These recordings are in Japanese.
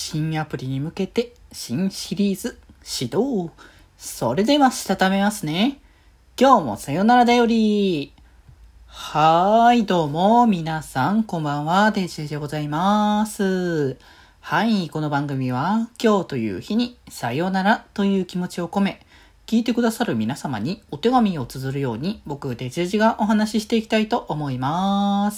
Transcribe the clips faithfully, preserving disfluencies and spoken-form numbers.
新アプリに向けて新シリーズ始動。それではしたためますね。今日もさよならだより。はーい、どうも皆さんこんばんは、デジェジでございます。はい、この番組は今日という日にさよならという気持ちを込め、聞いてくださる皆様にお手紙を綴るように僕デジェジがお話ししていきたいと思います。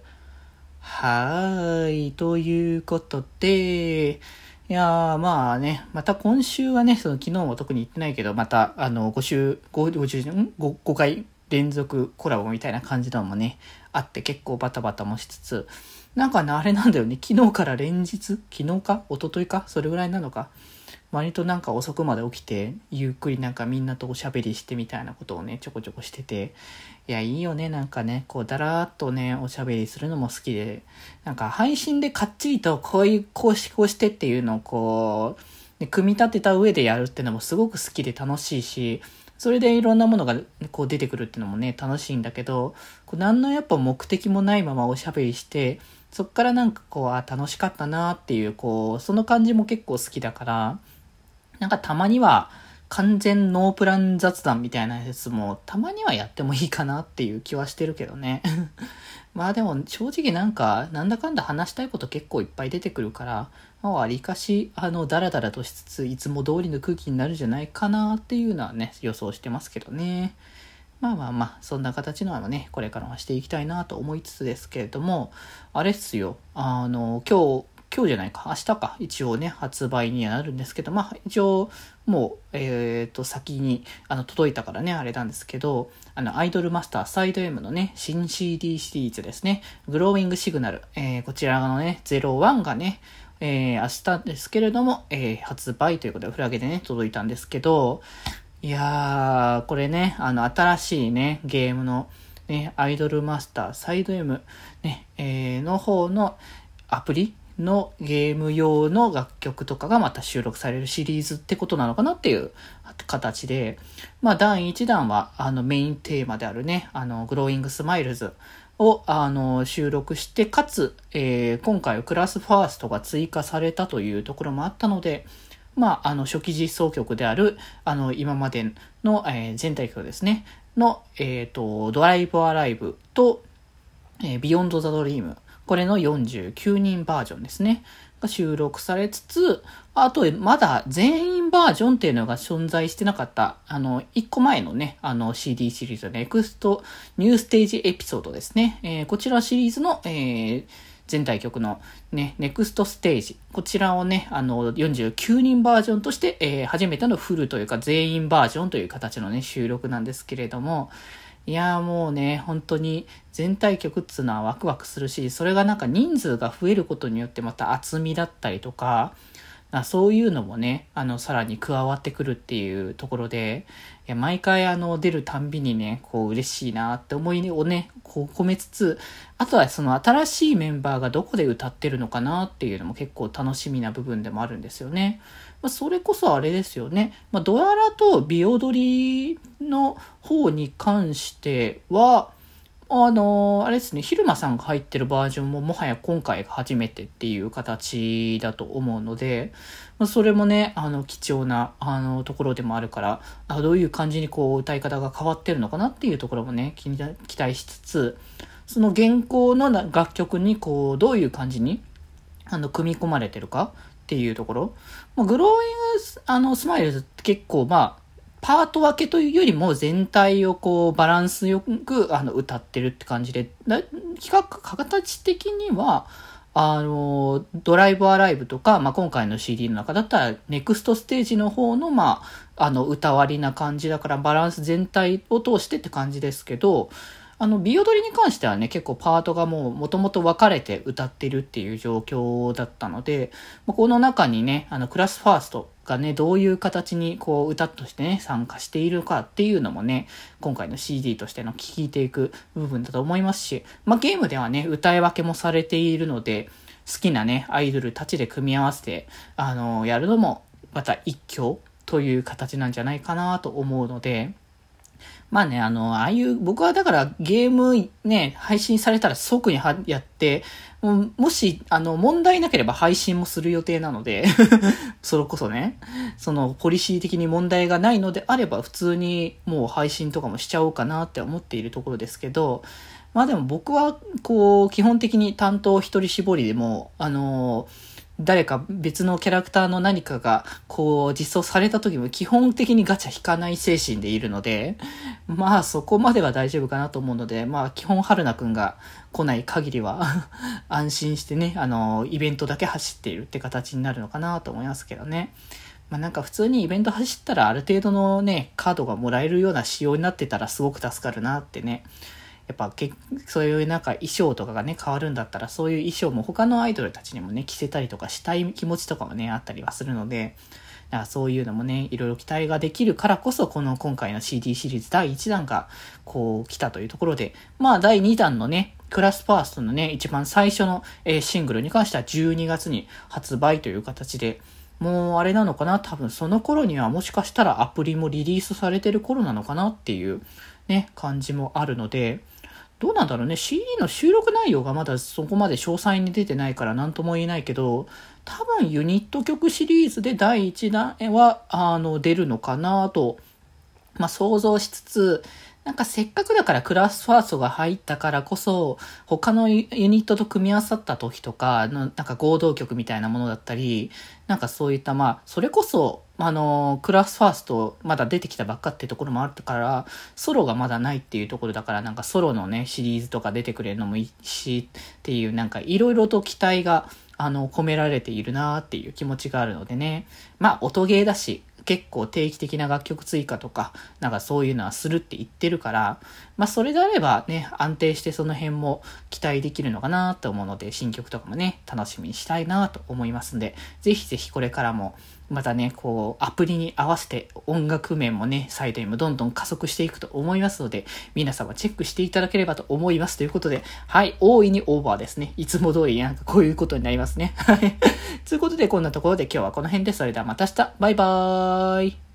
はーい。ということで、いやーまあね、また今週はね、その昨日も特に言ってないけど、またあのご週、ご、ご週、ん 5, 5回連続コラボみたいな感じのもね、あって結構バタバタもしつつ、なんかね、あれなんだよね、昨日から連日、昨日か一昨日かそれぐらいなのか。割となんか遅くまで起きて、ゆっくりなんかみんなとおしゃべりしてみたいなことをね、ちょこちょこしてて、いや、いいよね、なんかね、こう、だらーっとね、おしゃべりするのも好きで、なんか配信でかっちりとこういう、こうし、こうしてっていうのをこう、ね、組み立てた上でやるっていうのもすごく好きで楽しいし、それでいろんなものがこう出てくるっていうのもね、楽しいんだけど、こう何のやっぱ目的もないままおしゃべりして、そっからなんかこう、あ、楽しかったなっていう、こう、その感じも結構好きだから、なんかたまには完全ノープラン雑談みたいなやつもたまにはやってもいいかなっていう気はしてるけどね。まあでも正直なんかなんだかんだ話したいこと結構いっぱい出てくるから、まあわりかしあのダラダラとしつついつも通りの空気になるんじゃないかなっていうのはね予想してますけどね。まあまあまあそんな形のはねこれからはしていきたいなと思いつつですけれども、あれっすよ、あの今日今日じゃないか、明日か、一応ね、発売にはなるんですけど、まあ、一応、もう、えっと、先に、あの、届いたからね、あれなんですけど、あの、アイドルマスターサイド M のね、新 シーディー シリーズですね、グローイングシグナル、えー、こちらのね、ゼロワンがね、えー、明日ですけれども、えー、発売ということで、フラゲでね、届いたんですけど、いやー、これね、あの、新しいね、ゲームの、ね、アイドルマスターサイド M、ね、えー、の方のアプリ、のゲーム用の楽曲とかがまた収録されるシリーズってことなのかなっていう形で、まあだいいちだんはあのメインテーマであるね、あのグローイングスマイルズをあの収録して、かつ、えー、今回はクラスファーストが追加されたというところもあったので、まああの初期実装曲であるあの今までの、えー、全体曲ですね、の、えっと、ドライブアライブと、えー、ビヨンドザドリーム、これのよんじゅうきゅうにんバージョンですね。が収録されつつ、あと、まだ全員バージョンっていうのが存在してなかった、あの、いっこまえのね、あの シーディー シリーズのネクストニューステージエピソードですね。えー、こちらシリーズの、えー、全体曲のね、ネクストステージ。こちらをね、あの、よんじゅうきゅうにんバージョンとして、えー、初めてのフルというか全員バージョンという形のね、収録なんですけれども、いやーもうね、本当に全体曲っつうのはワクワクするし、それがなんか人数が増えることによってまた厚みだったりとか、そういうのもね、あの、さらに加わってくるっていうところで、いや毎回あの、出るたんびにね、こう嬉しいなって思いをね、こう込めつつ、あとはその新しいメンバーがどこで歌ってるのかなっていうのも結構楽しみな部分でもあるんですよね。まあ、それこそあれですよね。まあ、ドアラとビオドリの方に関しては、あのー、あれですね、ヒルマさんが入ってるバージョンももはや今回が初めてっていう形だと思うので、まあ、それもね、あの、貴重な、あの、ところでもあるから、あどういう感じにこう、歌い方が変わってるのかなっていうところもね、期待しつつ、その現行の楽曲にこう、どういう感じに、あの、組み込まれてるかっていうところ。まあ、グローイング、あの、スマイルズって結構、まあ、パート分けというよりも全体をこうバランスよくあの歌ってるって感じで、比較形的にはあのドライブアライブとか、まあ、今回の シーディー の中だったらネクストステージの方のまああの歌割りな感じだからバランス全体を通してって感じですけど、あのビオドリに関してはね結構パートがもう元々分かれて歌ってるっていう状況だったので、この中にねあのクラスファーストがねどういう形にこう歌としてね参加しているかっていうのもね今回の シーディー としての聞いていく部分だと思いますし、まあ、ゲームではね歌い分けもされているので好きなねアイドルたちで組み合わせてあのやるのもまた一興という形なんじゃないかなと思うので、 まあね、あの、ああいう、僕はだからゲームね、配信されたら即にはやって、ももし、あの、問題なければ配信もする予定なので、それこそね、その、ポリシー的に問題がないのであれば、普通にもう配信とかもしちゃおうかなって思っているところですけど、まあでも僕は、こう、基本的に担当一人絞りでも、あの、誰か別のキャラクターの何かがこう実装された時も基本的にガチャ引かない精神でいるので、まあそこまでは大丈夫かなと思うので、まあ基本春菜くんが来ない限りは安心してね、あの、イベントだけ走っているって形になるのかなと思いますけどね。まあなんか普通にイベント走ったらある程度のね、カードがもらえるような仕様になってたらすごく助かるなってね。やっぱけそういうなんか衣装とかがね変わるんだったら、そういう衣装も他のアイドルたちにもね着せたりとかしたい気持ちとかもねあったりはするので、だからそういうのもねいろいろ期待ができるからこそ、この今回の シーディー シリーズだいいちだんがこう来たというところで、まあだいにだんのねクラスファーストのね一番最初の、えー、シングルに関してはじゅうにがつに発売という形で、もうあれなのかな、多分その頃にはもしかしたらアプリもリリースされてる頃なのかなっていうね感じもあるので、どうなんだろうね。シーディー の収録内容がまだそこまで詳細に出てないから何とも言えないけど、多分ユニット曲シリーズでだいいちだんは、あの、出るのかなと、まあ、想像しつつ、なんかせっかくだからクラスファーストが入ったからこそ、他のユニットと組み合わさった時とかの、なんか合同曲みたいなものだったり、なんかそういった、まあ、それこそ、あの、クラスファーストまだ出てきたばっかっていうところもあったから、ソロがまだないっていうところだから、なんかソロのね、シリーズとか出てくれるのもいいし、っていう、なんかいろいろと期待が、あの、込められているなーっていう気持ちがあるのでね。まあ、音ゲーだし、結構定期的な楽曲追加とか、なんかそういうのはするって言ってるから、まあそれであればね、安定してその辺も期待できるのかなと思うので、新曲とかもね、楽しみにしたいなと思いますんで、ぜひぜひこれからも、またね、こう、アプリに合わせて音楽面もね、サイドにもどんどん加速していくと思いますので、皆様チェックしていただければと思います。ということで、はい、大いにオーバーですね。いつも通りなんかこういうことになりますね。はい。ということで、こんなところで今日はこの辺で、それではまた明日。バイバーイ。